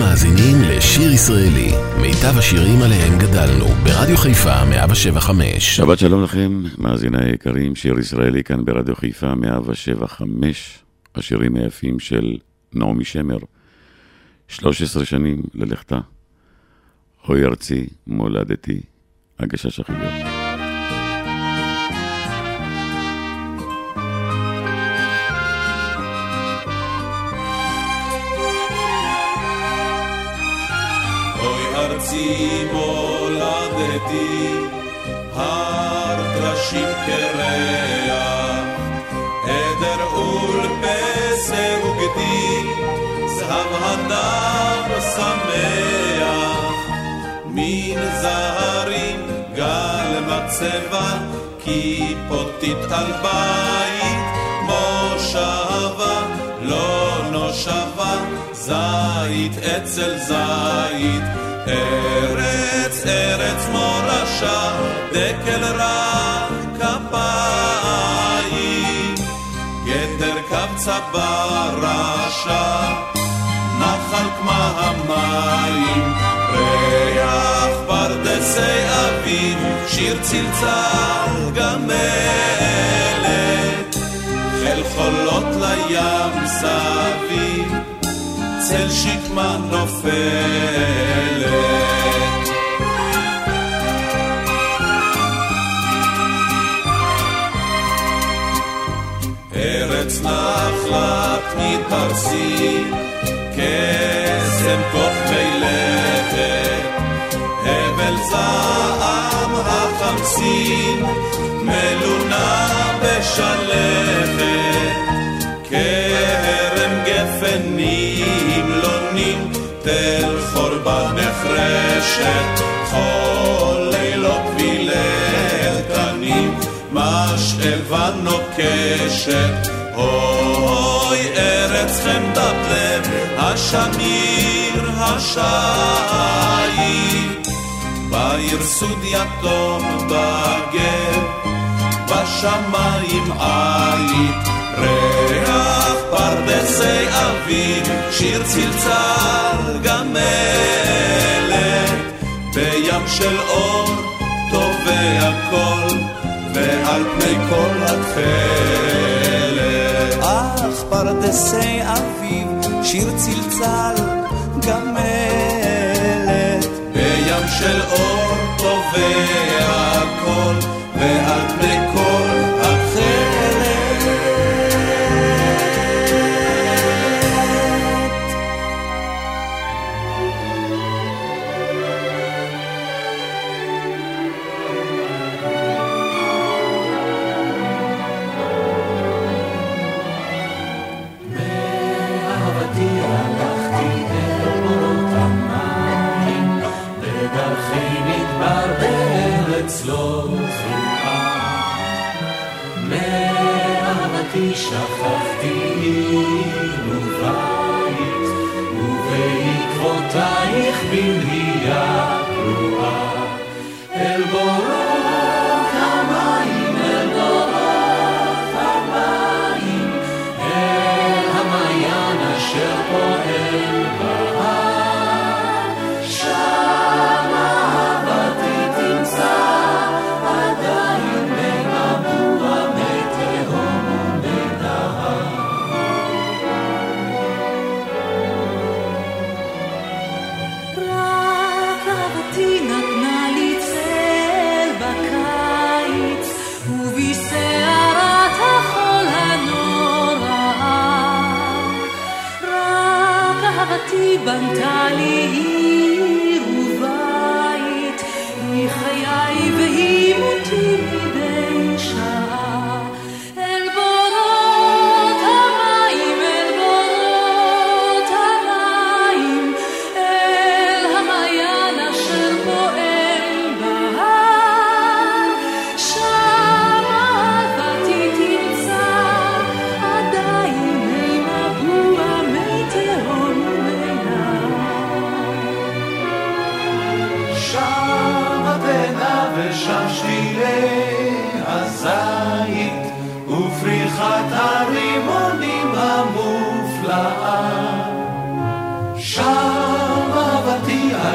מאזינים לשיר ישראלי, מיטב השירים עליהם גדלנו, ברדיו חיפה 107.5. שבת שלום לכם, מאזיני היקרים, שיר ישראלי כאן ברדיו חיפה 107.5. השירים היפים של נעמי שמר, 13 שנים ללכתה, אוי ארצי מולדתי, הגשש החיגר. ארצי מולדתי, הר דרשים קרח, עדר ולפסה וגדי, זהב הדם שמח, מן זהרים גל מצבה, כיפותית על בית, מושבה לא נושבה, זית אצל זית, ארץ ארץ מורשה, דקל רק כפיים, גדר קבצה ברשה, נחל כמה המים, ריח פרדסי אביב, שיר צלצל גמלת, חיל חולות לים סביב, צל שקמה נופלת. ארץ נחלת מתפרסים, קסם כוח מלכת, הבל זעם החמסין, מלונה בשלכת, כהרם גפנים לונים, תל חורבה נחרשת, כל לילות וליל תנים, משאבה נוקשת, אוי ארץ חמדת לב, השמיר השעית, בעיר סוד יתום בגב, בשמיים עית, ריח פרדסי אביב, שיר צלצל גמלת, בים של אור טובע כל, ועל פני כל התכלת. אך פרדסי אביב, שיר צלצל גמלת, בים של אור טובע כל, ועל פני כל התכלת. שכחתי ובית, ובעקבותייך בנהייה פרועה, אל בורות המים, אל בורות המים, אל המעיין אשר פועל בהר, שם אהבתי תמצא עדיין מי מבוע מי תהום ומי נהר. רק אהבתי נתנה לי צל בקיץ, ובסערת החול הנורא, רק אהבתי בנתה לי עיר ובית, היא חיי והיא מותי מדי שעה. אל בורות המים, אל בורות המים, אל המעיין אשר פועל בהר, שם אהבתי תמצא עדיין מי מבוע, מי תהום ומי נהר. שם התנה ושם שבילי הזית, ופריחת הרימונים המופלאה, שם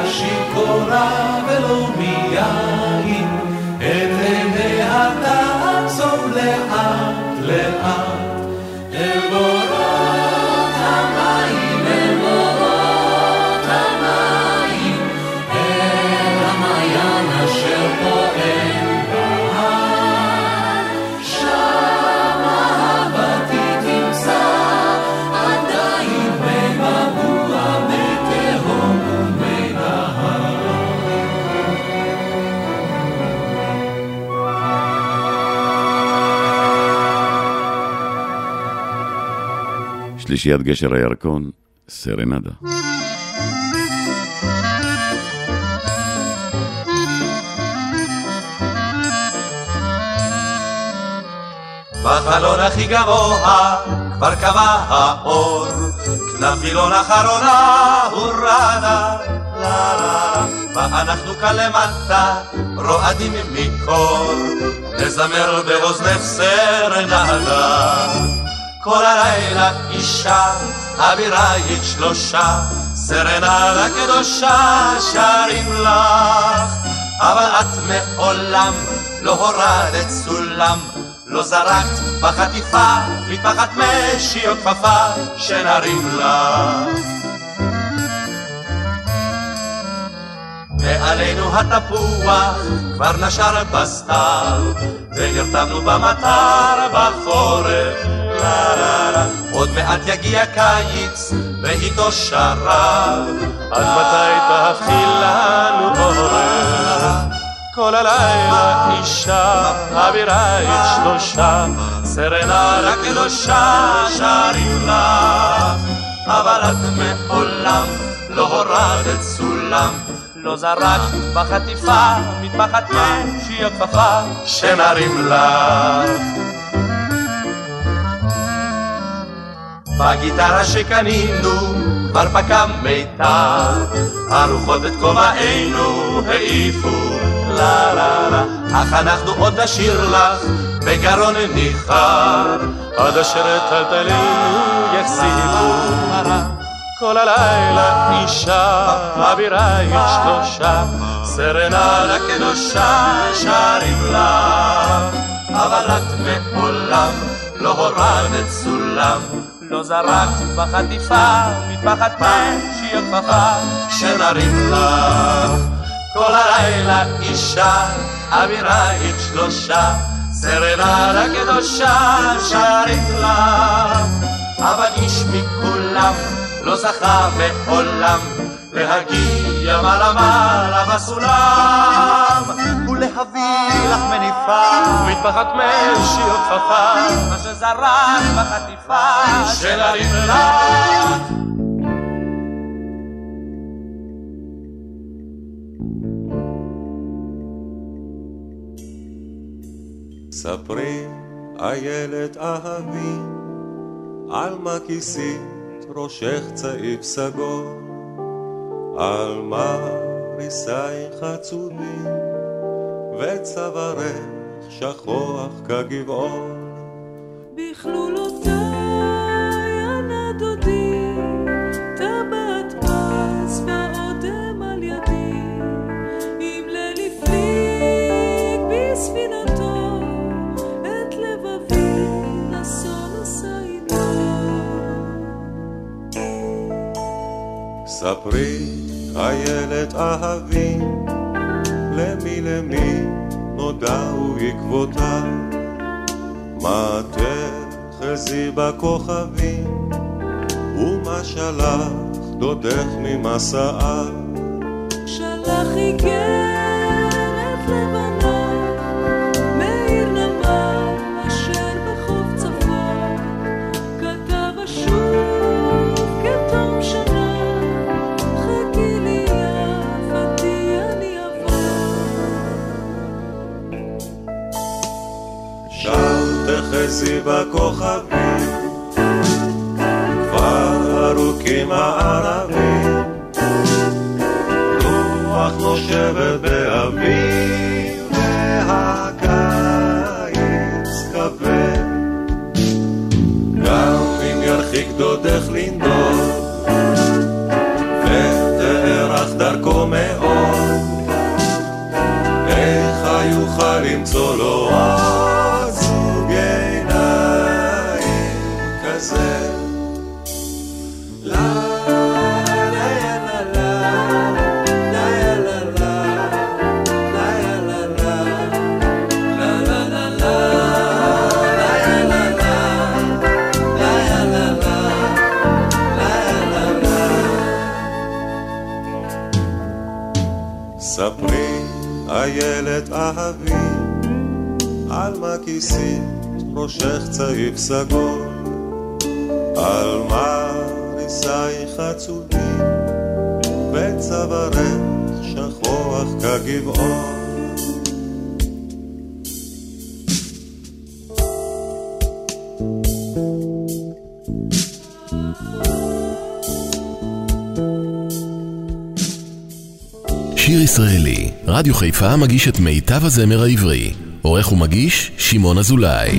שיכורה ולא מיין, את עיניה תעצום לאט לאט אל בורות המים, אל בורות המים, אל המעיין אשר פועם בהר. שם אהבתי תמצא עדיין מי מבוע, מי תהום ומי נהר. שלישיית גשר הירקון, סרנדה. בחלון הכי גבוה כבר קבע האור, כנף וילון אחרונה הורדה, לה לה, ואנחנו כאן למטה רועדים מקור, נזמר באוזנך סרנדה. כל הלילה אישה אבירייך שלושה, סרנדה קדושה שרים לך, אבל את מעולם לא הורדת סולם, לא זרקת בחטיפה מטפחת משי או כפפה שנרים לך. מעלינו התפוח כבר נשר בסתיו, ונרתמנו במטר בחורף, לה לה לה. עוד מעט יגיע קיץ ואיתו שרב, עד מתי תהפכי לנו עורף? כל הלילה אישה אבירייך שלושה, סרנדה קדושה שרים לך, אבל את מעולם לא הורדת סולם, לא זרקת בחטיפה מטפחת משי או כפפה שנרים לך. בגיטרה שקנינו כבר פקע מיתר, הרוחות את כובענו העיפו, לה לה לה, אך אנחנו עוד נשיר לך בגרון ניחר, עד אשר טלטלינו יחזיקו. כל הלילה אישה אבירייך שלושה, סרנדה קדושה שרים לך, אבל את מעולם לא הורדת סולם, לא זרקת בחטיפה מטפחת משי או כפפה שנרים לך. כל הלילה אישה אבירייך שלושה, סרנדה קדושה שרים לך, אבל איש מכולם לא זכה מעולם להגיע מעלה בסולם, ולהביא לך מניפה מטפחת משי או כפפה, מה שזרק בחטיפה שנרים לך. ספרי איילת אהבי, על מה כיסית ראשך צעיף סגול, על מה ריסייך עצובים וצווארך שכוח כגבעון. בכלולותיי הנדודי, טבעת פס והאודם על ידי, אם ליל הפליג בספינתו, את לבבי נסון עשה איתו. ספרי איילת אהבי, למי נודעו עקבותיו, מה תחזי בכוכבים ומה שלח דודך ממסעיו. שלח איגרת לבנה מעיר נמל אשר בחוף צפון, כתב אשוב כתום שנה, חכי לי יפתי אני אבוא. שם תחזי בכוכבים, כבר ארוכים הערבים, רוח נושבת באוויר והקיץ כבד, גם אם ירחיק דודך לנדוד ותארך דרכו ספרי איילת אהבי, על מה כיסית ראשך צעיף סגול, על מה ניסייך עצובים, וצווארך שכוח כגבעון. שיר ישראלי, רדיו חיפה מגיש את מיטב הזמר העברי. עורך ומגיש שמעון אזולאי.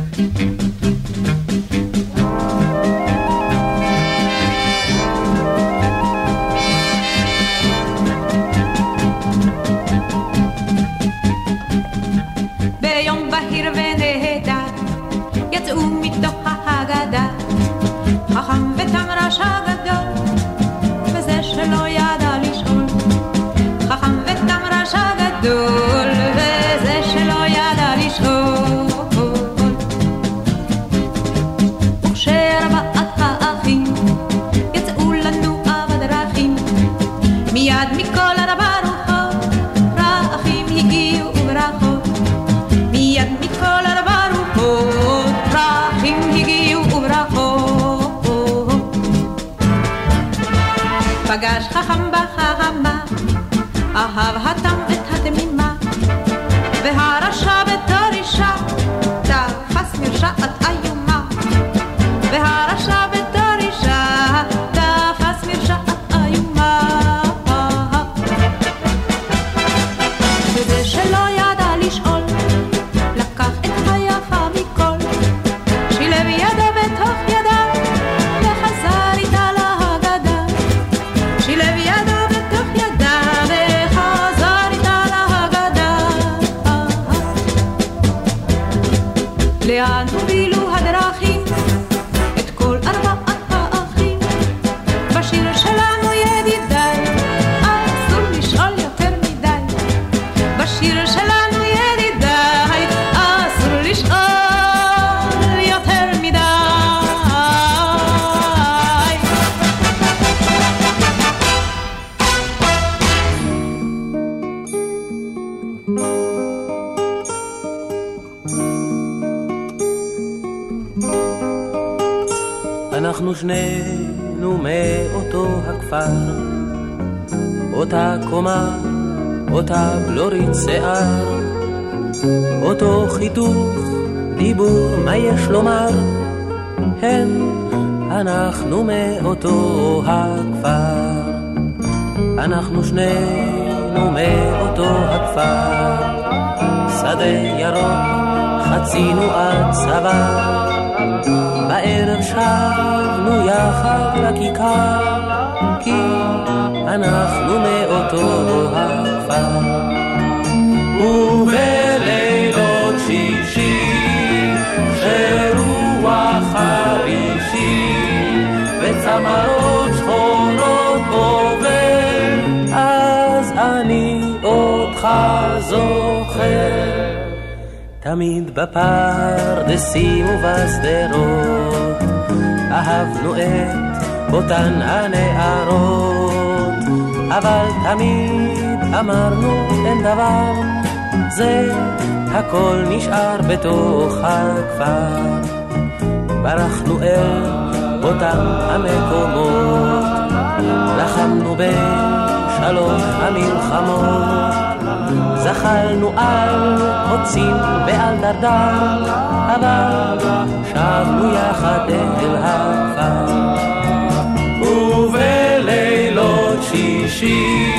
ביום בהיר ונהדר יצאו מתוך ההגדה חכם ותם רשע גדול, וזה שלא ידע לשאול. חכם ותם רשע גדול, וזה שלא ידע לשאול. וכשארבעת האחים יצאו לנוע בדרכים, מיד מכל ארבע רוחות רעכים הגיעו וברכות. מיד מכל ארבע רוחות רעכים הגיעו וברכות. פגש חכם בחכמה, אהב התם את התמימה, והרשע בתרישה תפס מרשעת איומה. והרשע בתרישה תפס מרשעת איומה. וזה שלא ידע לשאול לקח את היפה מכל, שילב ידו בתוך ידה וחזר איתה להגדה. שילב ידו בתוך ידה וחזר איתה להגדה. לאן הובילו הדרכים את כל ארבעת האחים? בשיר שלנו ידידיי אסור לשאול יותר מדי. בשיר שלנו ידידיי אסור לשאול יותר מדי. אנחנו שנינו מאותו הכפר, אותה קומה, אותה בלורית שיער, אותו חיתוך, דיבור, מה יש לומר? אנחנו מאותו הכפר. אנחנו שנינו מאותו הכפר, שדה ירוק חצינו עד צבא, בערב שבנו יחד לכיכר, כי אנחנו מאותו הכפר. ובלילות שישי שרוח חרישי וצמרות שחורות עובר, אז אני אותך זוכר. תמיד בפרדסים ובשדרות אהבנו את אותן הנערות, אבל תמיד אמרנו אין דבר, זה הכל נשאר בתוך הכפר. ברחנו אל אותם המקומות, לחמנו בשלוש המלחמות, זחלנו על חוצים ועל דרדר, אבל שבנו יחד אל הכפר. ובלילות שישי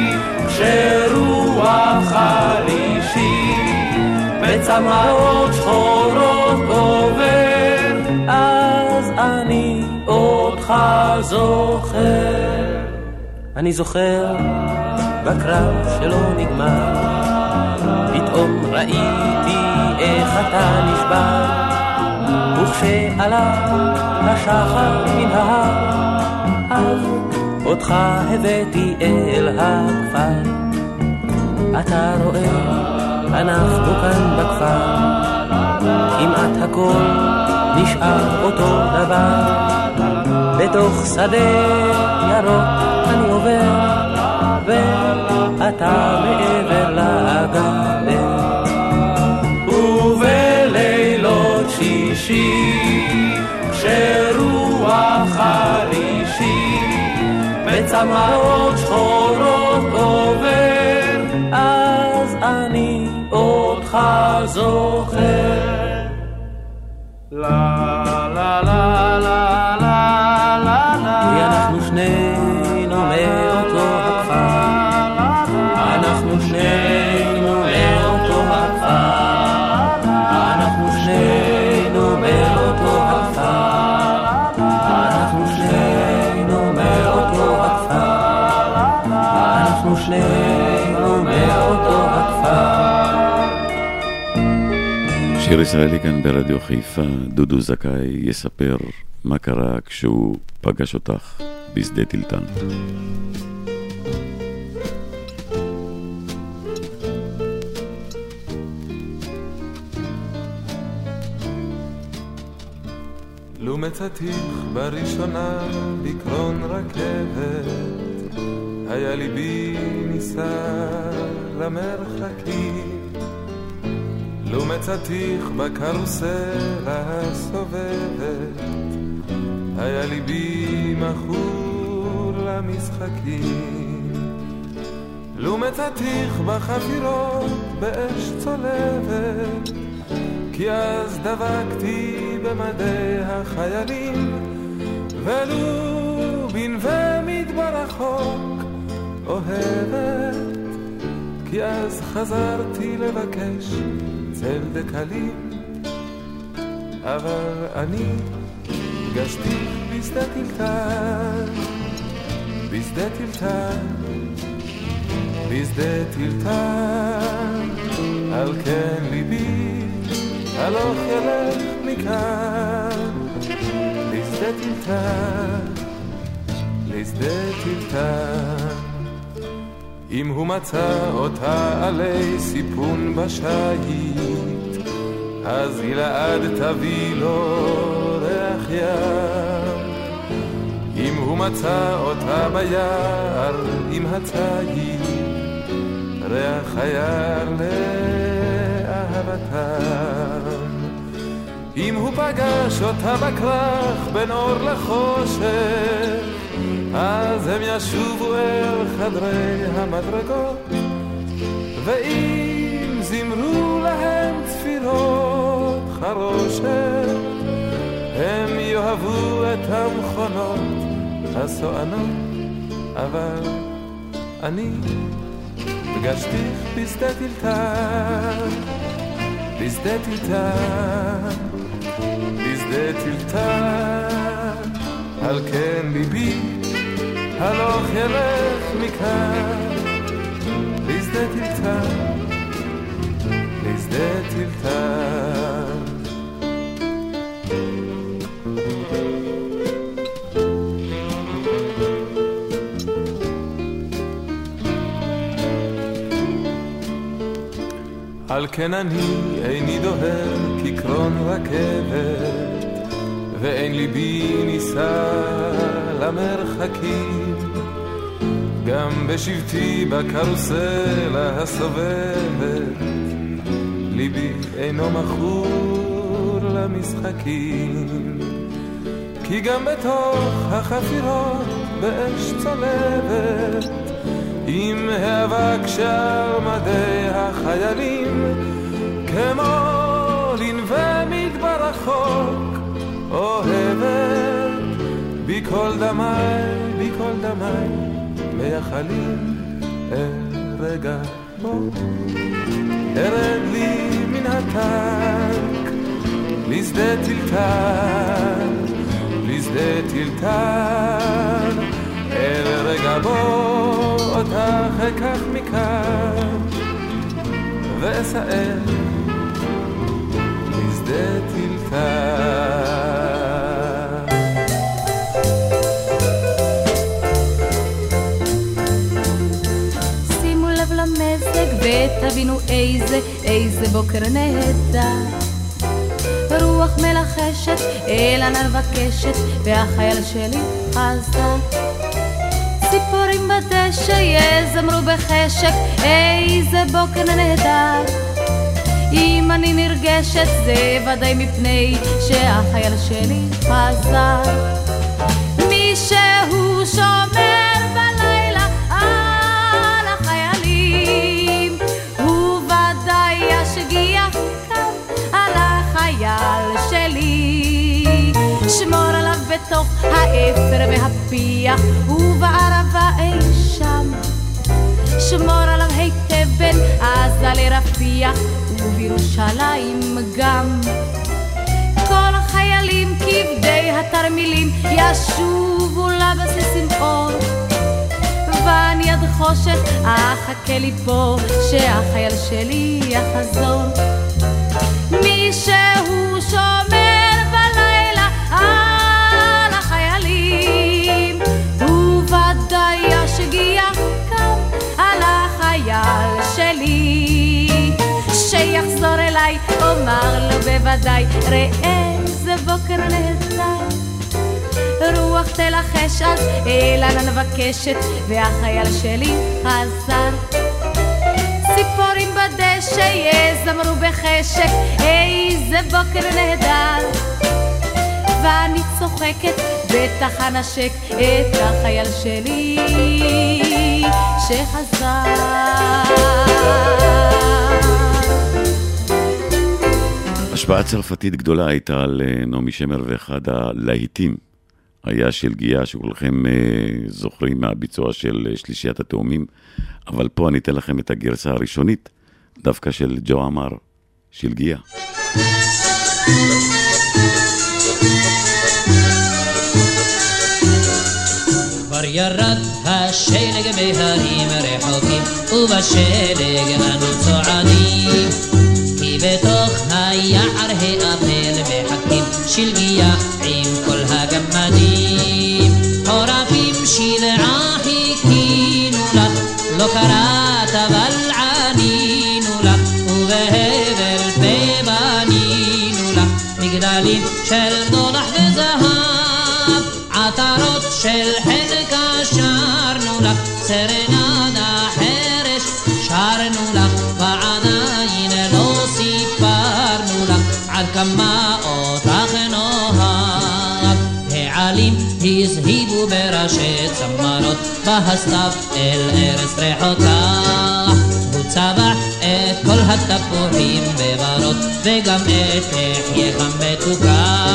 כשרוח חרישי בצמרות שחורות עובר, אז אני אותך זוכר. אני זוכר בקרב שלא נגמר, פתאום ראיתי איך אתה נשבר, וכשעלה השחר מן ההר, אז אותך הבאתי אל הכפר. אתה רואה, אנחנו כאן בכפר, כמעט הכל נשאר אותו דבר, בתוך שדה ירוק אני עובר, אתה מעבר לגדר. ובלילות שישי כשרוח חרישי בצמאות שחורות עובר, אז אני אותך זוכר. לה לה לה לה לה לה לה, כי אנחנו שנינו מאותו הכפר, אנחנו שנינו מאותו הכפר, אנחנו שנינו מאותו הכפר, אנחנו שנינו מאותו הכפר, אנחנו שנינו מאותו הכפר. שיר ישראלי כאן ברדיו חיפה. דודו זכאי יספר מה קרה כשהוא פגש אותך בשדה טילטן. לו מצאתיך בראשונה בקרון רכבת, היה ליבי ניסה למרחקים. לו מצאתיך בקרוסלה הסובבת, היה ליבי מכור למשחקים. לו מצאתיך בחפירות באש צולבת, כי אז דבקתי במדי החיילים. ולו בנווה מדבר רחוק אוהבת, כי אז חזרתי לבקש צל דקלים. אבל אני פגשתי בשדה טילטן, בשדה טילטן, בשדה טילטן. על כן ליבי הלוך ילך מכאן, לשדה טילטן, לשדה טילטן. אם הוא מצא אותה עלי סיפון בשייט, אז ילעד תביא לו ריח ים. אם הוא מצא אותה ביער עם הציד, ריח היער לאהבתם. אם הוא פגש אותה בכרך בין אור לחושך, אז הם ישובו אל חדרי המדרגות. ואם זמרו להם צפירות חרושת, הם יאהבו את המכונות הסוענות. אבל אני פגשתיך בשדה טילטן, בשדה טילטן, בשדה טילטן. על כן ליבי הלוך ילך מכאן, לשדה טילטן, לשדה טילטן. על כן אני איני דוהר כקרון רכבת, ואין ליבי ניסה למרחקים. גם בשבטי בקרוסלה הסובבת, ליבי אינו מכור למשחקים. כי גם בתוך החפירות באש צולבת, עם האבק שער מדי החיילים, כמו לנווה מדבר רחוק אוהבת, בכל דמי, בכל דמי מייחלים אל רגע בו ארד לי מן הטנק, לשדה טילטן, לשדה טילטן. אל רגע בו אותך אקח מכאן ואסער לשדה טילטן. שימו לב למזג ותבינו איזה בוקר נהדר. רוח מלחשת אל הנר וקשת, והחייל שלי חזר. ציפורים בדשא יזמרו בחשק, איזה בוקר נהדר. אם אני נרגשת זה ודאי מפני שהחייל שלי חזר. מישהו שומר בלילה על החיילים, הוא ודאי ישגיח כאן על החייל שלי. שמור עליו בתוך האפר והפיח ובערבה אי שם, שמור עליו היטב בין עזה לרפיח ובירושלים גם. כל החיילים כבדי התרמילים ישובו לבסיס עם אור, ואני עד חושך אחכה לי פה שהחייל שלי יחזור. מישהו שומר בלילה על החיילים, הוא ודאי ישגיח כאן על החייל שלי. שיחזור אליי אומר לו בוודאי, ראה זה בוקר נהדר. רוח תלחש אז אילנה מבקשת והחייל שלי חזר. ציפורים בדשא יזמרו בחשק, איזה בוקר נהדר. ואני צוחקת בטח אנשק את החייל שלי שחזר. השפעה צרפתית גדולה הייתה על נעמי שמר, ואחד הלהיטים היה שלגיה, שכולכם זוכרים מהביצוע של שלישיית התאומים, אבל פה אני אתן לכם את הגרסה הראשונית, דווקא של ג'ו עמר, שלגיה. כבר ירד השלג בהרים רחוקים, ובשלג אנו צועדים, כי בתוך היער האפל מחכים שלגיה עם כל הגמדים. חורפים שבעה חיכינו לך, לא קראת אבל ענינו לך, ובהבל פה בנינו לך מגדלים של דולח וזהב, עטרות של חנקה שרנו לך, סרנדה חרש שרנו לך, ועדיין לא סיפרנו לך עד כמה אותך נאהב. העלים הזהיבו בראשי צמרות בהסתיו אל ארץ רחוקה, הוא צבע את כל התפוחים בברות וגם את לחייכם מתוקה.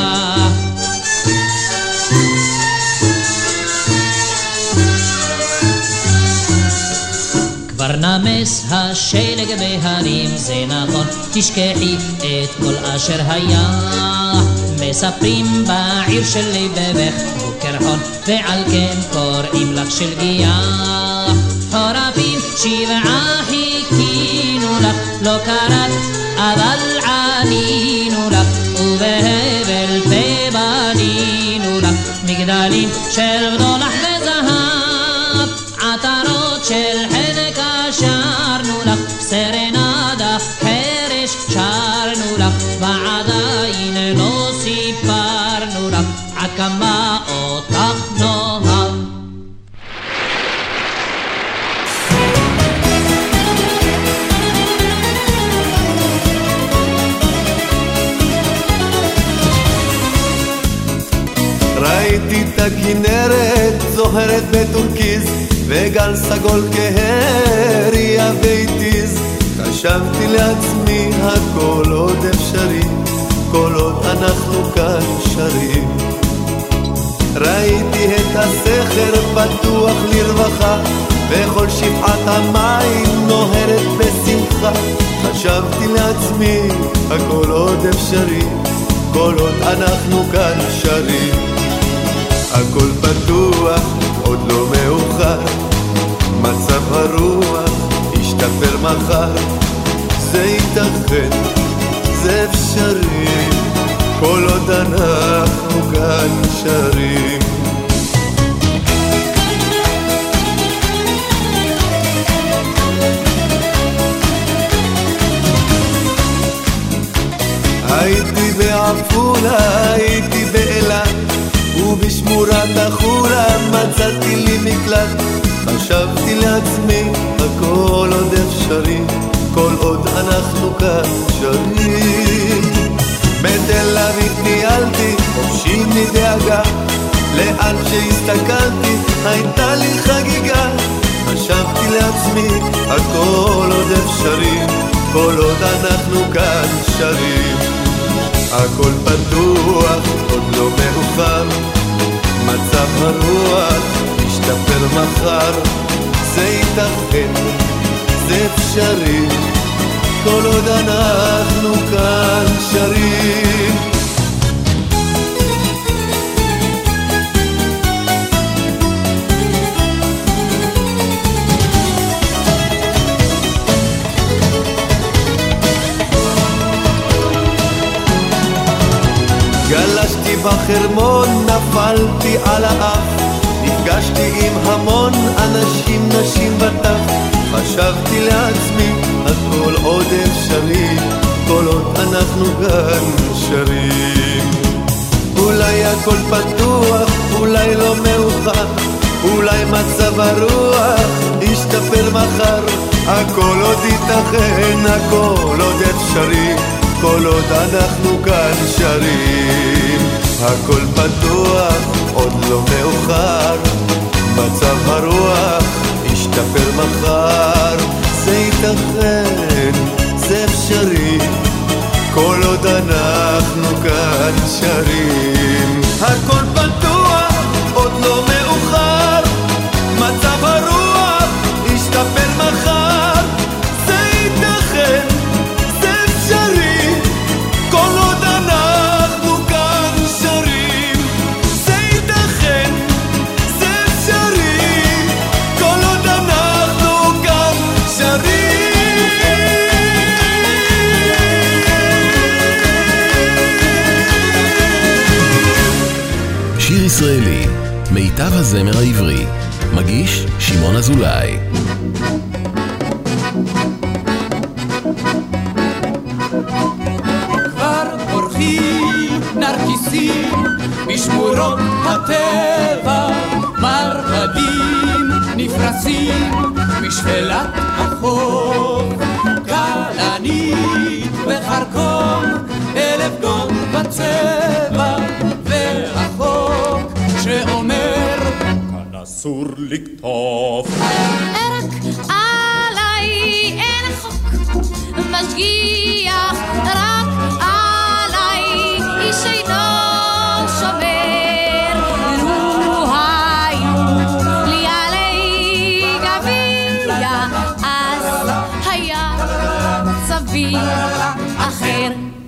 כבר נמס השלג בהרים זה נכון, תשכחי את כל אשר היה, מספרים בעיר שלי בבך בוקרחון, ועל כן קוראים לך שלגיה. חורפים שבעה חיכינו לך, לא קראת אבל ענינו לך, ובהבל פה בנינו לך מגדלים של דולח וזהב, עטרות של חנקה שרנו לך, סרנדה חרש שרנו לך, ועדיין לא סיפרנו לך עד כמה אותך נאהב. ראיתי את הכנרת זוהרת בטורקיז, וגל סגול כהריה והתיז, חשבתי לעצמי הכל עוד אפשרי, כל עוד אנחנו כאן שרים. ראיתי את הסכר פתוח לרווחה, וכל שפעת המים נוהרת בשמחה, חשבתי לעצמי הכל עוד אפשרי, כל עוד אנחנו כאן שרים. הכל פתוח, עוד לא מאוחר, מצב הרוח ישתפר מחר, זה ייתכן, זה אפשרי, כל עוד אנחנו כאן שרים. הייתי בעפולה, הייתי באילת, ובשמורת החולה מצאתי לי מקלט, חשבתי לעצמי, הכל עוד אפשרי, כל עוד אנחנו כאן שרים. בתל אביב ניהלתי, חופשי מדאגה, לאן שהסתכלתי הייתה לי חגיגה. חשבתי לעצמי, הכל עוד אפשרי, כל עוד אנחנו כאן שרים. הכל פתוח, עוד לא מאוחר, מצב הרוח ישתפר מחר. זה ייתכן, זה אפשרי, כל עוד אנחנו כאן שרים. גלשתי בחרמון, נפלתי על האף, נפגשתי עם המון אנשים, נשים וטף. חשבתי לעצמי, הכל עוד אפשרי, כל עוד אנחנו כאן שרים. אולי הכל פתוח, אולי לא מאוחר, אולי מצב הרוח ישתפר מחר. הכל עוד ייתכן, הכל עוד אפשרי, כל עוד אנחנו כאן שרים. הכל פתוח, עוד לא מאוחר, מצב הרוח ישתפר מחר. זה ייתכן, זה אפשרי, כל עוד אנחנו כאן שרים. הכל פתוח, עוד לא מאוחר, מצב הרוח ישתפר מחר. זה ייתכן, זה אפשרי, כל עוד אנחנו כאן שרים. זה ייתכן, זה אפשרי, כל עוד אנחנו כאן שרים. שיר ישראלי, מיטב הזמר העברי, מגיש שמעון אזולאי. כבר פורחים נרקיסים בשמורות הטבע, מרבדים נפרסים בשפלת החוף. כלנית וחרקום, אלף גון בצבע, והחוק שאומר כאן אסור לקטוף. רק עליי אין חוק משגיח, רק עליי איש אינו שומר. לו היו לי עלי גביע, אז היה מצבי אחר.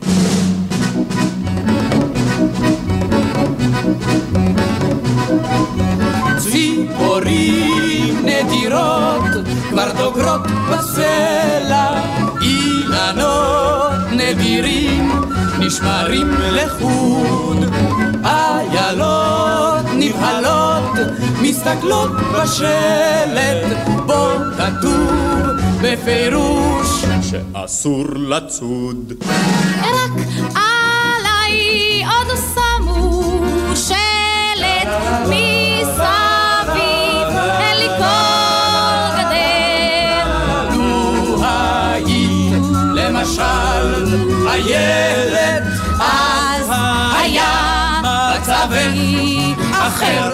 ציפורים נדירות כבר דוגרות בסלע, אילנות נדירים נשמרים לחוד. איילות נבהלות מסתכלות בשלט, בו כתוב בפירוש שאסור לצוד. רק עליי עוד שמו שלט מסביב, אין לי כל גדר. לו היית למשל הילד, אז היה מצבי אחר.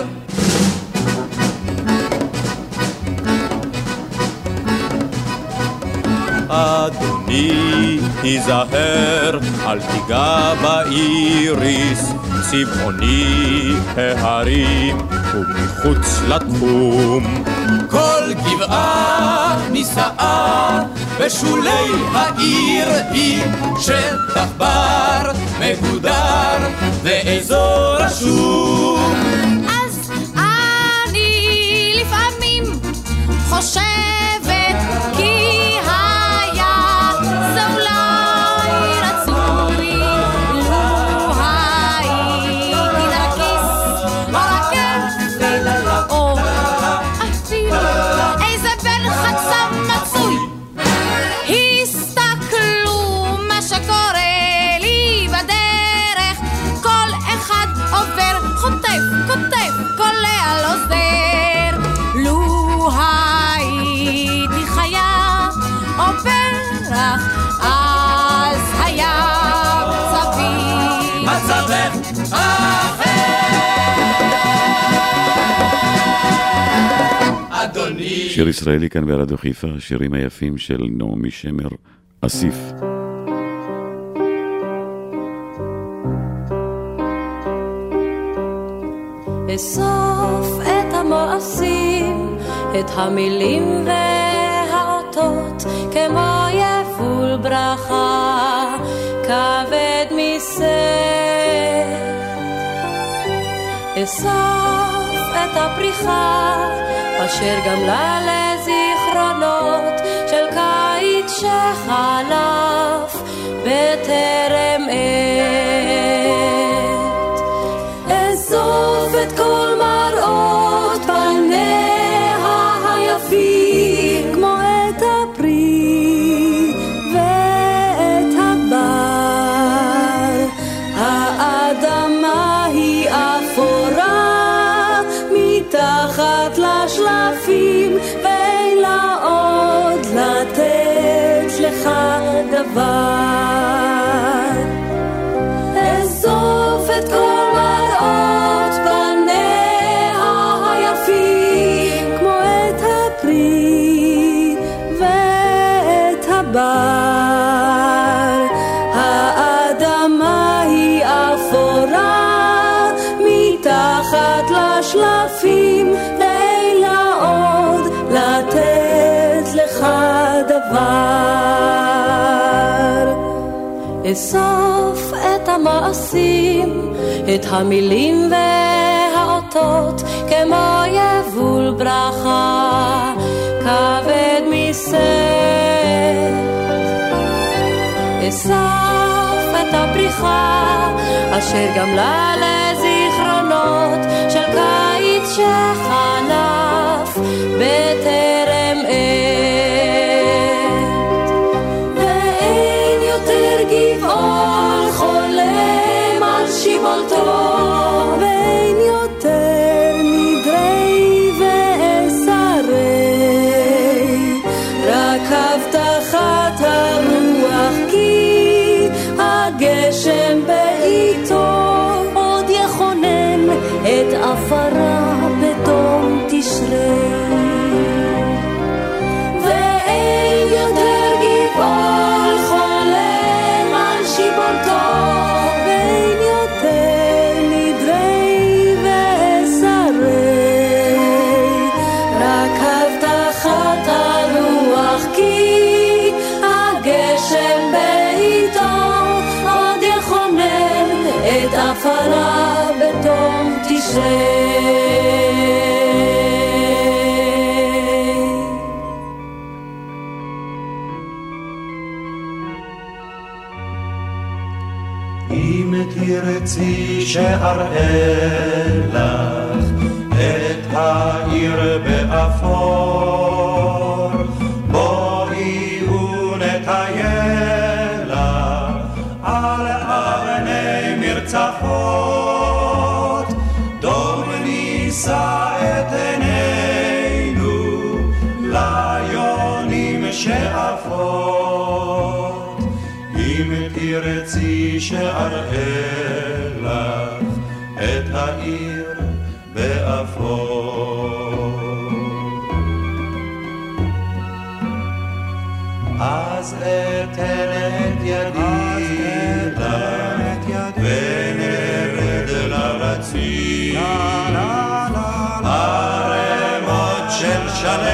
אדוני תיזהר, אל תיגע באיריס, צבעוני ההרים ומחוץ לתחום. כל גבעה נישאה בשולי העיר היא שטח בר מגודר ואזור רשום. אז אני לפעמים חושבת כי היה זה אולי רצוי, לו הייתי נרקיס או רכבת או אפילו איזה בן חצה מצוי. הסתכלו מה שקורה לי בדרך, כל אחד עובר חוטף, כותב, קולע לו זר. לו שיר ישראלי כאן ברדיו חיפה, השירים היפים של נעמי שמר, אסיף. אסוף את המעשים, את המילים והאותות, כמו יבול ברכה, כבד מסת. אסוף את הפריחה, אשר גמלה לזיכרונות של קיץ שחלף בטרם עת. אסוף את כל מראות פניה היפים, כמו את הפרי ואת הבר. האדמה היא אפורה מתחת לשלפים, ואין לה עוד לתת לך דבר. אסוף את כל מראות פניה היפים, כמו את הפרי ואת הבר. האדמה היא אפורה מתחת לשלפים, ואין לה עוד לתת לך דבר. אסוף את המעשים, את המילים והאותות, כמו יבול ברכה, כבד מסת. אסוף את הפריחה, אשר גמלה לזיכרונות של קיץ שחלף בטרם עת. ואין יותר גבעול חולם על שיבולתו, ואין יותר נדרי ועשרי, רק הבטחת הרוח, כי הגשם בעיתו עוד יכונן את עפרה בתום תשרי. ואין יותר גבעול חולם על שיבולתו, ואין יותר נדרי ועשרי, רק הבטחת הרוח, כי הגשם בעיתו עוד יכונן את עפרה בתום תשרי. אם תרצי שאראה לך את העיר באפור, בואי ונטייל על אבני מרצפות, דום נישא את עינינו ליונים שאפות. אם תרצי שאראה לך את העיר באפור, אז אתן את ידי לך ונרד לרציף, ערמות של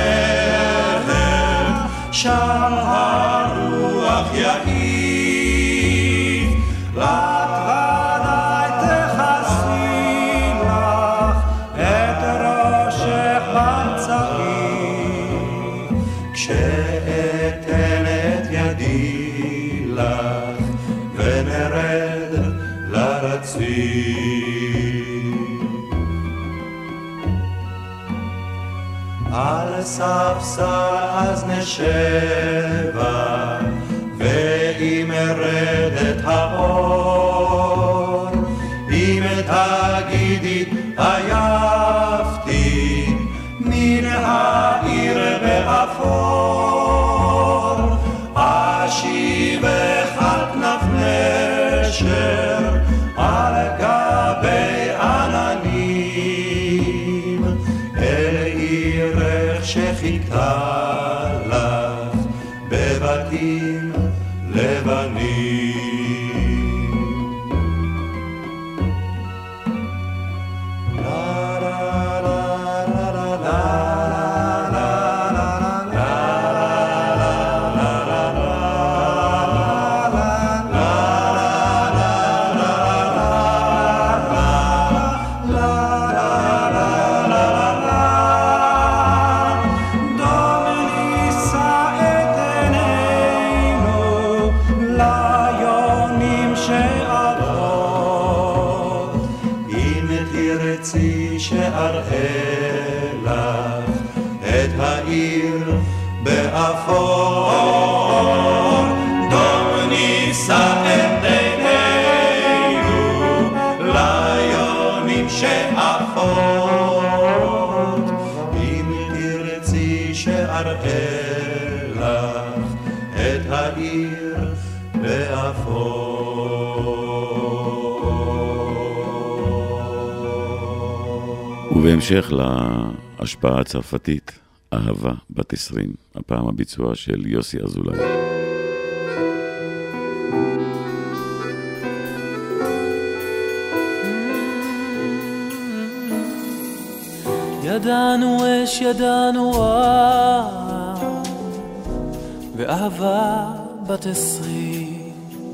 שלכת שם הרוח יעיף, רק ודאי תכסי לך את ראשך בצעיף, כשאתן את ידי לך ונרד לרציף. על ספסל אז נשבה, ואם ארדת האור, אם תגידי עייפתי מן העיר באפור, אשיבך על כנף נשר על גבי עננים, אל עירך שחיכתה הייתה לך בבתים לבנים. באפור דום נישא את עינינו ליונים שאפות אם תרצי שאראה לך את העיר באפור. ובהמשך להשפעה הצרפתית אהבה בת 20, הפעם הביצוע של יוסי אזולאי. ידענו אש, ידענו רע, ואהבה בת 20,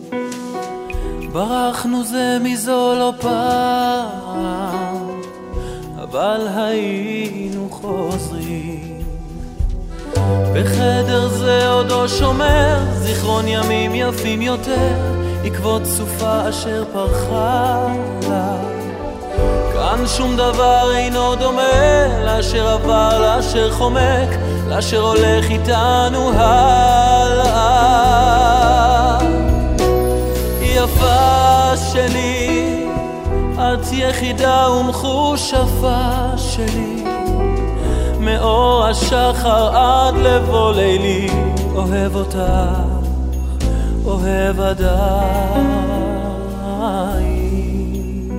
ברחנו זה מזו לא פעם, אבל היינו חוזרים. בחדר זה עודו שומר זיכרון ימים יפים יותר, עקבות סופה אשר פרחה לה. כאן שום דבר אינו דומה לאשר עבר, לאשר חומק, לאשר הולך איתנו הלאה. יפה שלי, את יחידה ומחושפה שלי, מאור השחר עד לבוא לילי, אוהב אותך, אוהב עדיין.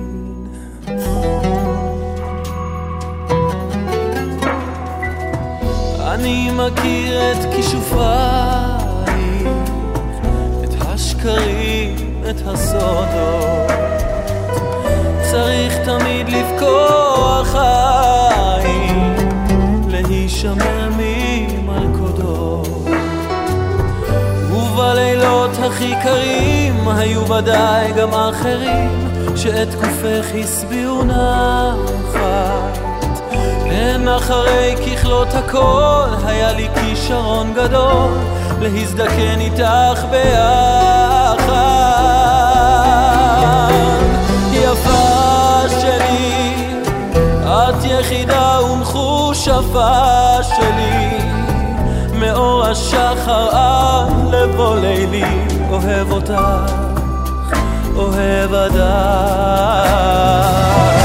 אני מכיר את כישופייך, את השקרים, את הסודות, צריך תמיד לפקוח עין, להישמר ממלכודות. ובלילות הכי קרים היו ודאי גם אחרים שאת גופך הסביעו נחת. הן אחרי ככלות הכל היה לי כישרון גדול להזדקן איתך ביחד. יפה שלי, את יחידה ומחושפה שלי, מאור השחר עד לבוא לילי, אוהב אותך, אוהב עדיין.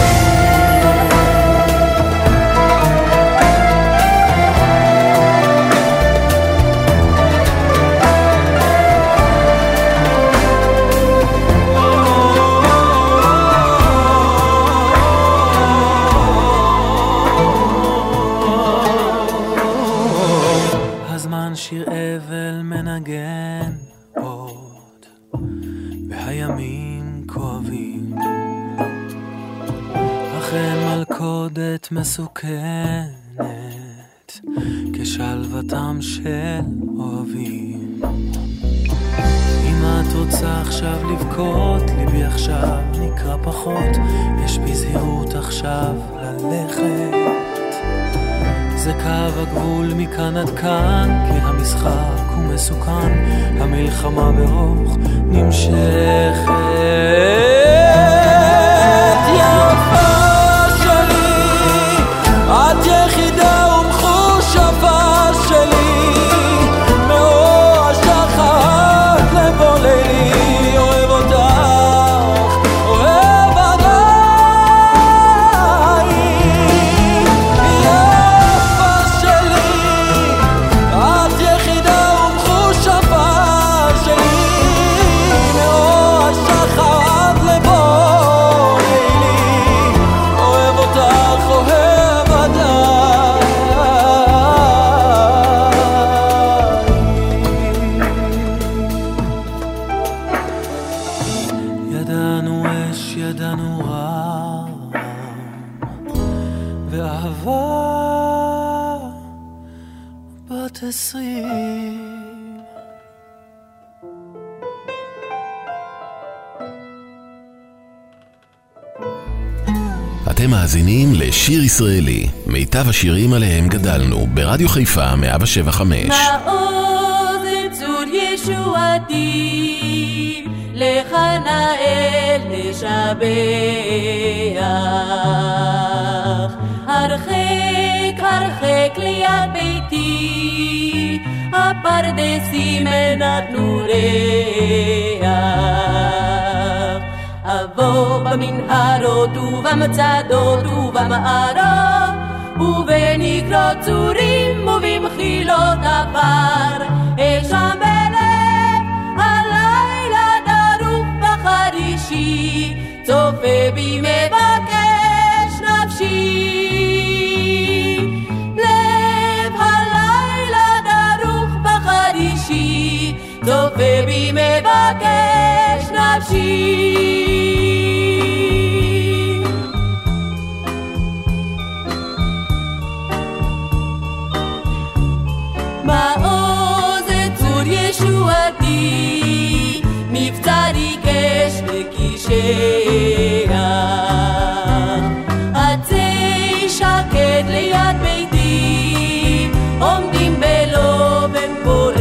שיר אבל מנגן עוד, והימים כואבים, אכן מלכודת מסוכנת, כשלוותם של אוהבים. אם את רוצה עכשיו לבכות, ליבי עכשיו נקרא פחות, יש בזהירות עכשיו ללכת. זה קו הגבול מכאן עד כאן, כי המשחק הוא מסוכן, המלחמה ברוך נמשכת. יפה שלי, את יחידה ומחושפה שלי, מאור השחר לבוא לילי, אוהב אותך, אוהב עדיין. את יחידה ומחושפה שלי, מאור השחר עד לבוא לילי, בת 20. אתם מאזינים לשיר ישראלי, מיטב השירים עליהם גדלנו, ברדיו חיפה 175. מעוז צור ישועתי, לך נאל לשבח, הרחק הרחק ליד ביתי, הפרדסים נתנו ריח. אבוא במנהרות ובמצדות ובמערות, ובנקרות צורים ובמחילות הפר, אשם בלב הלילה דרוך בחרישי, צופה בי מבקש נפשי. לב הלילה דרוך בחרישי, צופה בי מבקש נפשי. מעוז צור ישועתי, מבצרי קש וקישיה, עצי שקט ליד ביתי, עומדים בלובן פורח.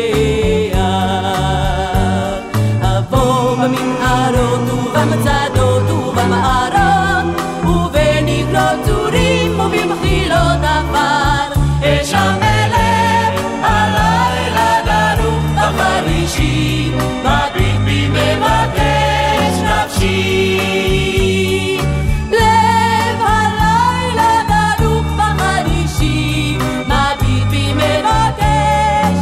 אבוא במנהרות ובמצדות ובמערות, ובנקרות צורים ובמחילות עפר, אשם בלב הלילה דרוך בחרישי, מביט בי מבקש נפשי. לב הלילה דרוך בחרישי, מביט בי מבקש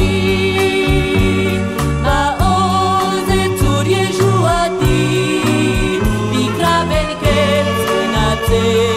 נפשי. מעוז צור ישועתי, בקרב אין קץ ונצח.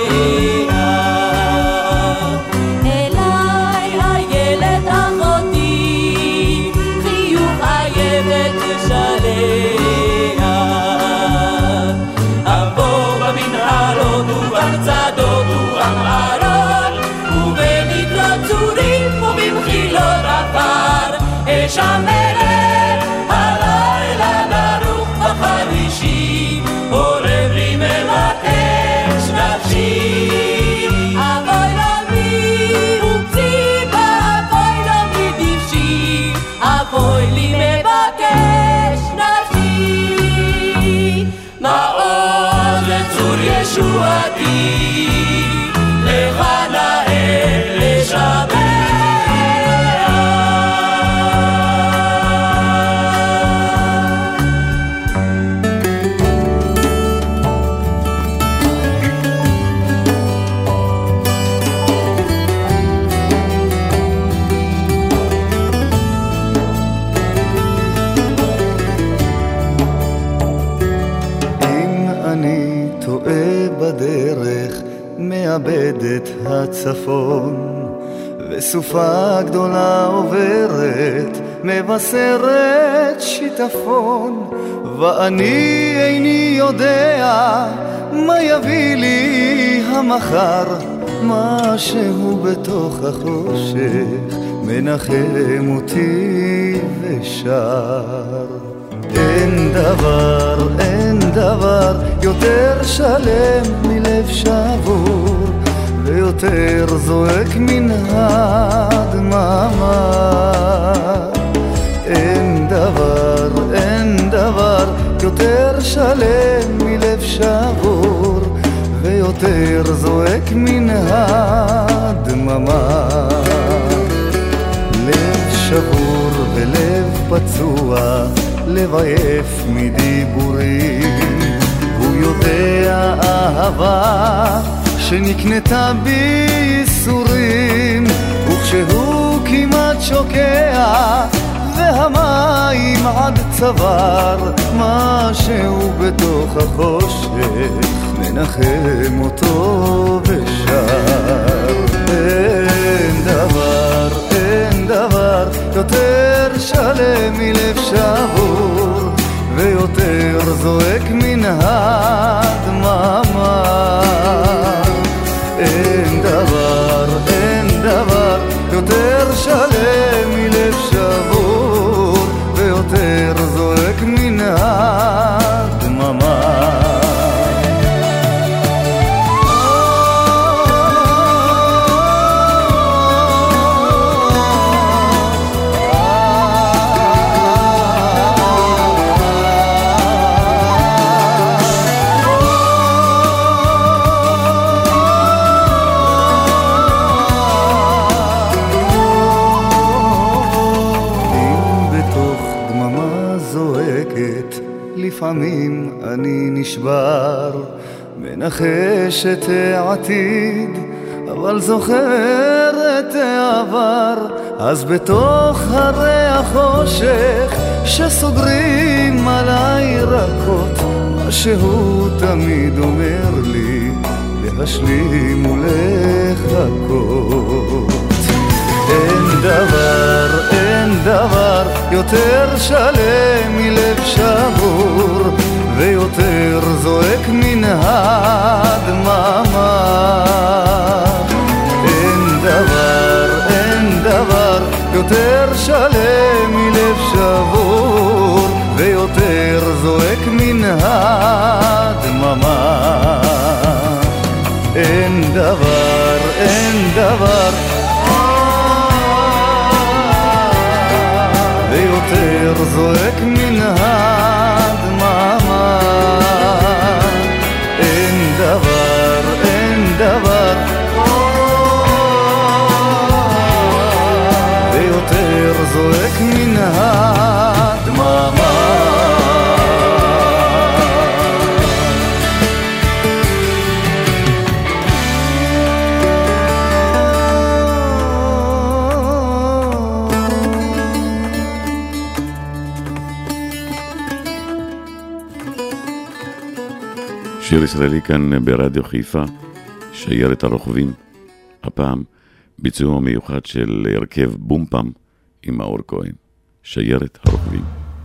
ובמצדות ובמערות, ובנקרות צורים ובמחילות עפר, אשם בלב הלילה דרוך בחרישי, עורב לי מבקש נפשי. אבוי לו מי ופציבה, אבוי לו מי דבשי, אבוי לי מבקש נפשי. מעוז צור ישועתי, לך נאל לשבח. בדרך מאבד את הצפון, וסופה גדולה עוברת מבשרת שיטפון, ואני איני יודע מה יביא לי המחר, משהו בתוך החושך מנחם אותי ושר. אין דבר יותר שלם מלב שבור, ויותר זועק מן הדממה. אין דבר יותר שלם מלב שבור, ויותר זועק מן הדממה. לב שבור ולב פצוע, לב עייף מדיבורים, הוא יודע אהבה שנקנתה בייסורים, וכשהוא כמעט שוקע והמים עד צוואר, משהו בתוך החושך מנחם אותו ושר. אין דבר יותר שלם מלב שבור, ויותר זועק מן הדממה. אין דבר יותר שלם מלב שבור ויותר זועק מן הדממה. לפעמים אני נשבר, מנחש את העתיד, אבל זוכר את העבר. אז בתוך הרי החושך שסוגרים עליי רכות, מה שהוא תמיד אומר לי, להשלים ולחכות. אין דבר יותר שלם מלב שבור ויותר זועק מן הדממה. אין דבר יותר שלם מלב שבור ויותר זועק מן הדממה. אין דבר ויותר זועק מן הדממה. אין דבר ויותר זועק מן הדממה. שיר ישראלי כאן ברדיו חיפה, שיירת הרוכבים. הפעם ביצוע מיוחד של הרכב בומפם עם מאור כהן. שיירת הרוכבים.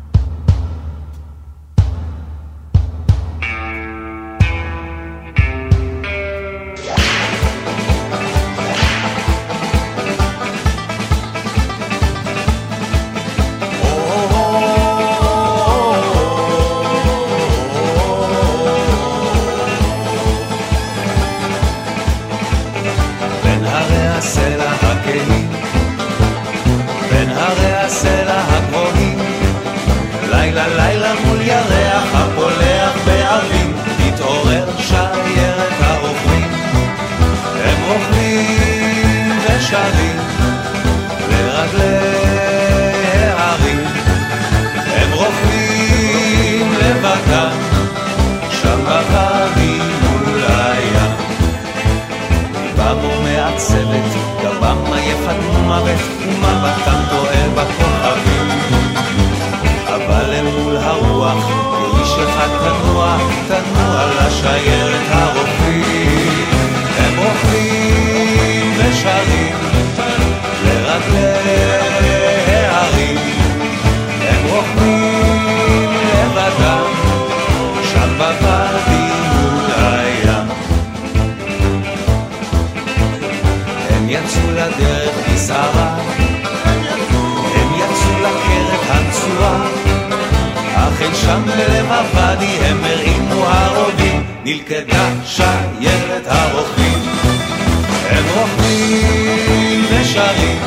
שם בלב הוואדי הם הרימו הרובים, נלכדה שיירת הרוכבים. הם רוכבים ושרים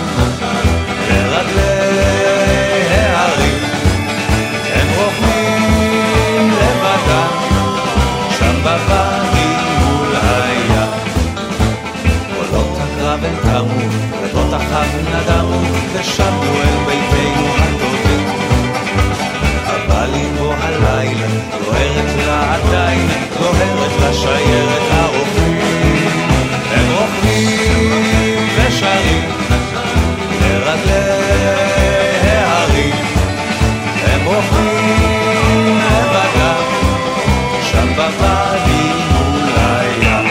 לרגלי ההרים, הם רוכבים לבדם שם בוואדי מול הים. קולות הקרב הם קמו, ודות החב נדמו, ושבנו אל ביתנו הטובים. אבל אימו הלילה דוהרת לה עדיין, דוהרת לשיירת הרוכבים. הם רוכבים ושרים לרגלי ההרים, הם רוכבים לבדם שם בוואדי מול הים.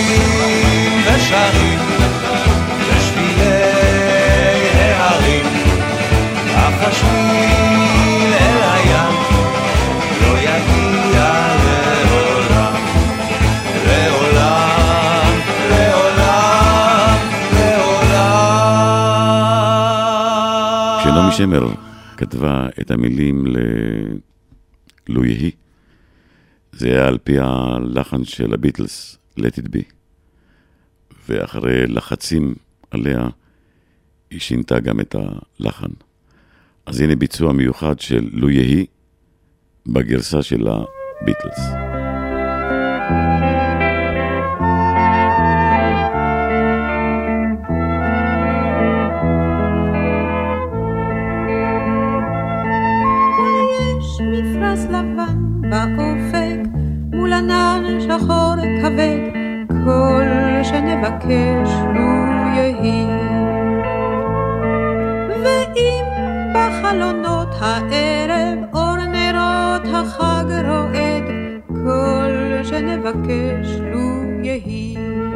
שרים בשבילי ההרים, כשנעמי שמר כתבה את המילים לו יהי, זה היה על פי הלחן של הביטלס, Let It Be. ואחרי לחצים עליה, היא שינתה גם את הלחן. אז הנה ביצוע מיוחד של לו יהי, בגרסה של הביטלס. יש מפרש לבן באופק, מול ענן שחור כבד, כל שנבקש לו יהי. ואם בחלונות הערב אור נרות החג רועד, כל שנבקש לו יהי.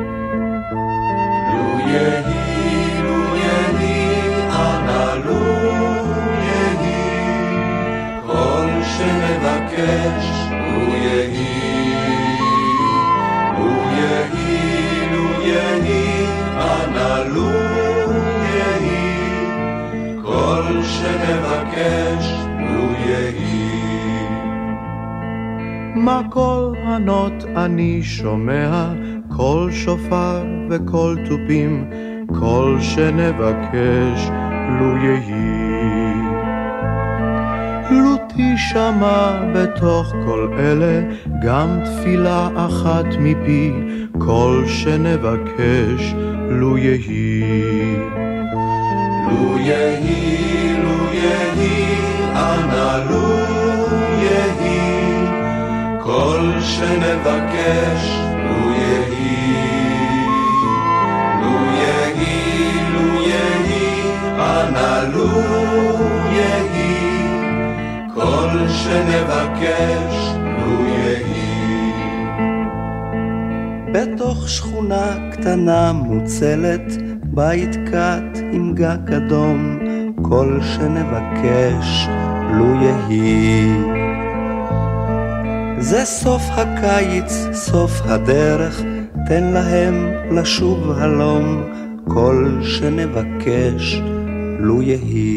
לו יהי, לו יהי, אנא לו יהי, כל שנבקש לו יהי. לו יהי, לו יהי, אנא לו יהי, כל שנבקש לו יהי. מה כל ענות אני שומע, כל שופר וכל טופים, כל שנבקש לו יהי. לו תשמע בתוך כל אלה גם תפילה אחת מפי, כל שנבקש לו יהי. לו יהי, לו יהי, אנא לו יהי, כל שנבקש לו יהי. לו יהי, לו יהי, אנא לו יהי, כל שנבקש לו יהי. בתוך שכונה קטנה מוצלת, בית קט עם גג אדום, כל שנבקש לו יהי. זה סוף הקיץ, סוף הדרך, תן להם לשוב הלום, כל שנבקש לו יהי.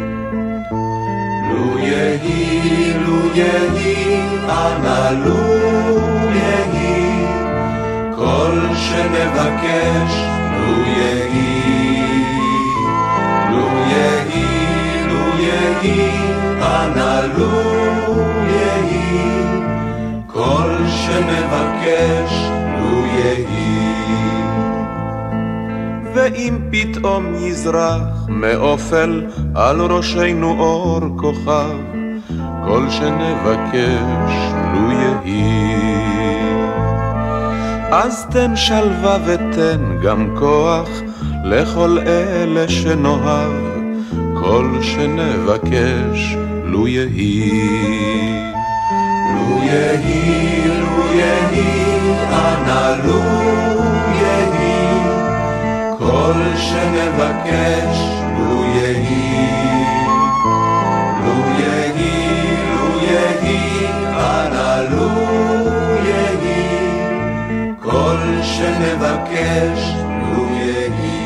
לו יהי, לו יהי, אנא לו יהי, כל שנבקש לו יהי. לו יהי, לו יהי, אנא לו יהי, כל שנבקש לו יהי. ואם פתאום יזרח מאופל על ראשנו אור כוכב, כל שנבקש לו יהי. אז תן שלווה ותן גם כוח לכל אלה שנאהב, כל שנבקש לו יהי. לו יהי, לו יהי, אנא לו יהי, כל שנבקש לו יהי. לו יהי, לו יהי, אנא לו יהי, כל שנבקש לו יהי.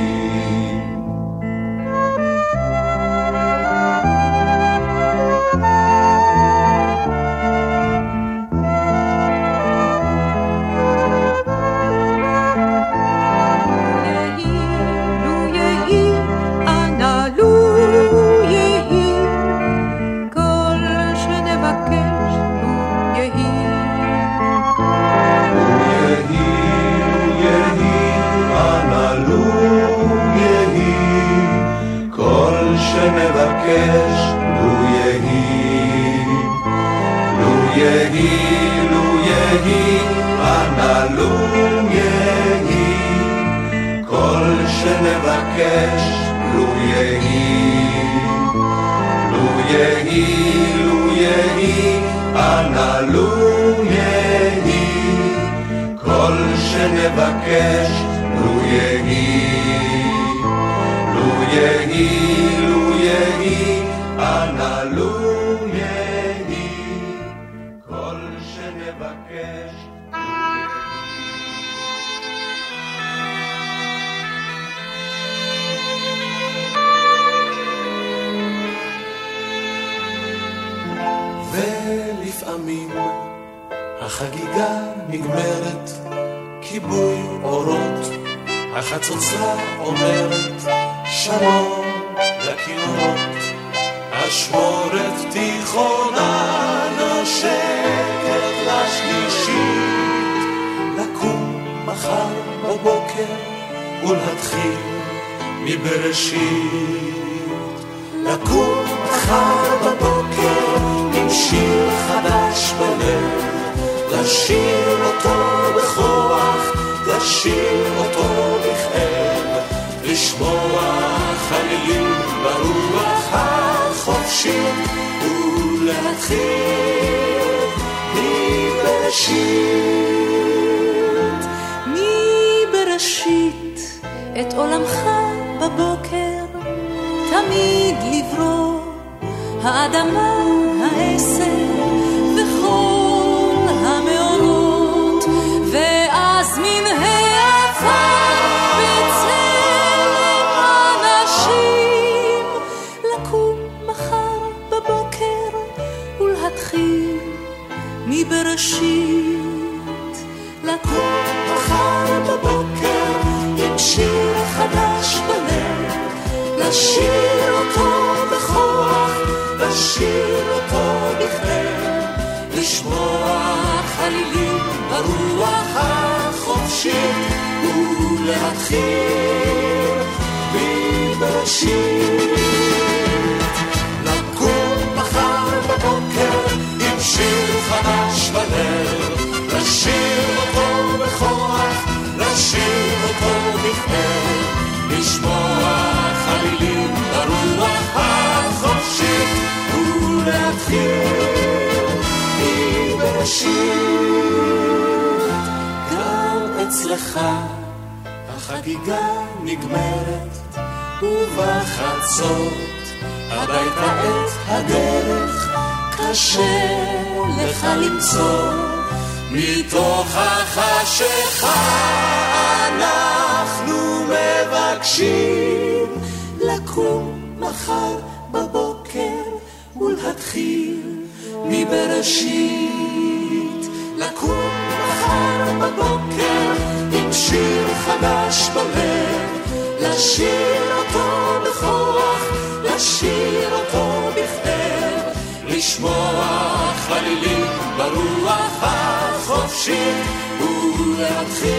שנבקש לו יהי. לו יהי, לו יהי, אנא לו יהי, כל שנבקש לו יהי. לו יהי, לו יהי, אנא לו יהי, כל שנבקש לו יהי. לו יהי, לו יהי, אנא לו יהי, כל שנבקש. החגיגה נגמרת, כיבוי אורות, החצוצה אומרת שלום לכינורות, אשמורת תיכונה נושקת לשלישית, לקום מחר בבוקר ולהתחיל מבראשית, לקום מחר בבוקר עם שיר חדש בלב, לשיר אותו בכוח, לשיר אותו בכאב, לשמוע חלילים ברוח החופשית ולהתחיל מבראשית את עולמך בבוקר תמיד לברוא, האדמה, העשר וכל המאורות, ואז מן העפר בצלם אנשים, לקום מחר בבוקר ולהתחיל מבראשית, לקום מחר בבוקר עם שיר חדש בלב, לשיר אותו בכוח, לשיר אותו בכאב, לשמוע חלילים ברוח החופשית ולהתחיל מבראשית, לקום מחר בבוקר עם שיר חדש בלב, לשיר אותו בכוח, לשיר אותו בכאב, לשמוע חלילים ברוח החופשית ולהתחיל מבראשית. גם אצלך החגיגה נגמרת ובחצות הביתה את הדרך קשה לך למצוא, מתוך החשיכה אנחנו מבקשים לקום מחר בבוקר ולהתחיל מבראשית, לקום מחר בבוקר עם שיר חדש בלב, לשיר אותו בכוח, לשיר אותו בכאב, לשמוע חלילים ברוח החופשית ולהתחיל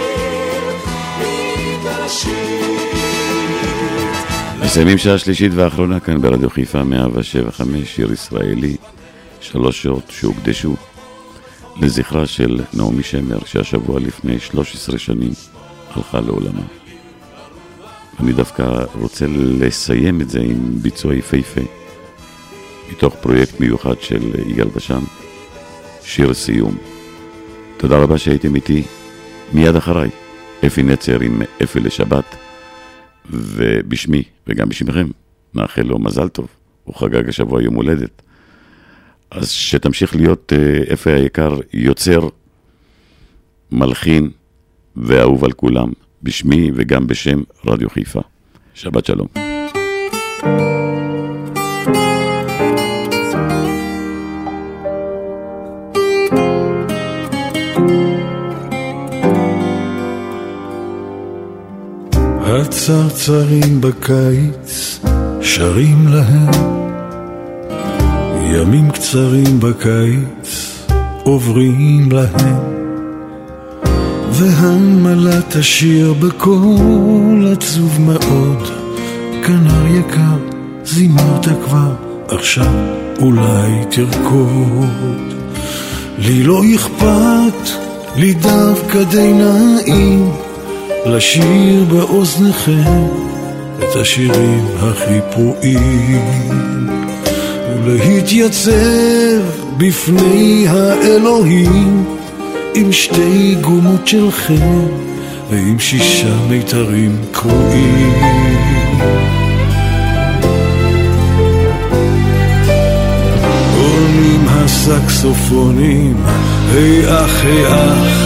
מבראשית. מסיימים שעה שלישית ואחרונה כאן ברדיו חיפה 107.5, שיר ישראלי, 3 שעות שהוקדשו לזכרה של נעמי שמר, שהשבוע לפני 13 שנים הלכה לעולמה. אני דווקא רוצה לסיים את זה עם ביצוע יפהפה מתוך פרויקט מיוחד של יגאל בשן, שיר סיום. תודה רבה שהייתם איתי. מיד אחריי אפי נצר עם אפי לשבת, ובשמי וגם בשמכם נאחל לו מזל טוב, הוא חגג השבוע יום הולדת, אז שתמשיך להיות אפי היקר, יוצר, מלחין ואהוב על כולם, בשמי וגם בשם רדיו חיפה. שבת שלום. הצרצרים בקיץ שרים להם, ימים קצרים בקיץ עוברים להם, והנמלה תשיר בקול עצוב מאוד, כנר יקר זימרת כבר, עכשיו אולי תרקוד. לי לא אכפת, לי דווקא די נעים לשיר באוזניכם את השירים הכי פרועים, ולהתייצב בפני האלוהים עם 2 גומות שלכם ועם 6 מיתרים קרועים. עולים הסקסופונים, היי אח היי אח,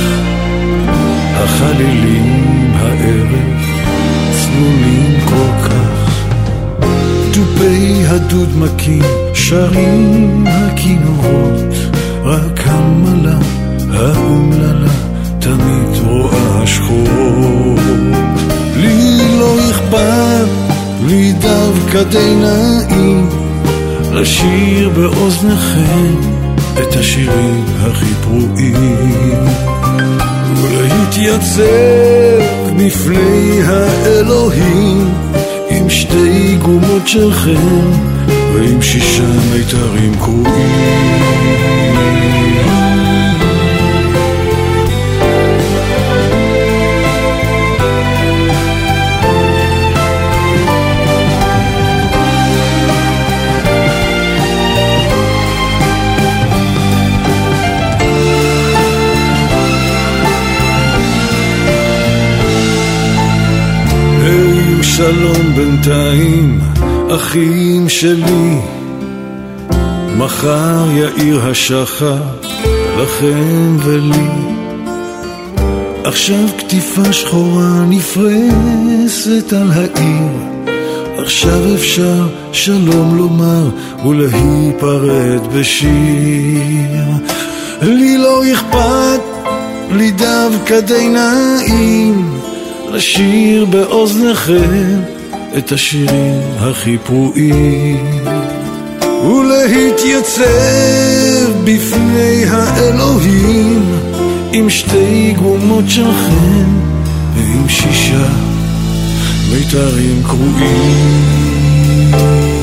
החלילים הערב צלולים כל כך, דובי הדודמקים שרים הכינורות, רק המלה האומללה תמיד רואה שחור. לי לא אכפת, לי דווקא די נעים לשיר באוזניכם את השירים הכי פרועים, ולהתייצב בפני האלוהים עם שתי גומות שלכם ועם 6 מיתרים קרועים. שלום בינתיים, אחים שלי, מחר יאיר השחר לכם ולי. עכשיו כתיפה שחורה נפרסת על העיר, עכשיו אפשר שלום לומר ולהיפרד בשיר. לי לא אכפת, לי דווקא די נעים לשיר באוזניכם את השירים הכי פרועים, ולהתייצב בפני האלוהים עם 2 גומות שלכם ועם 6 מיתרים קרועים.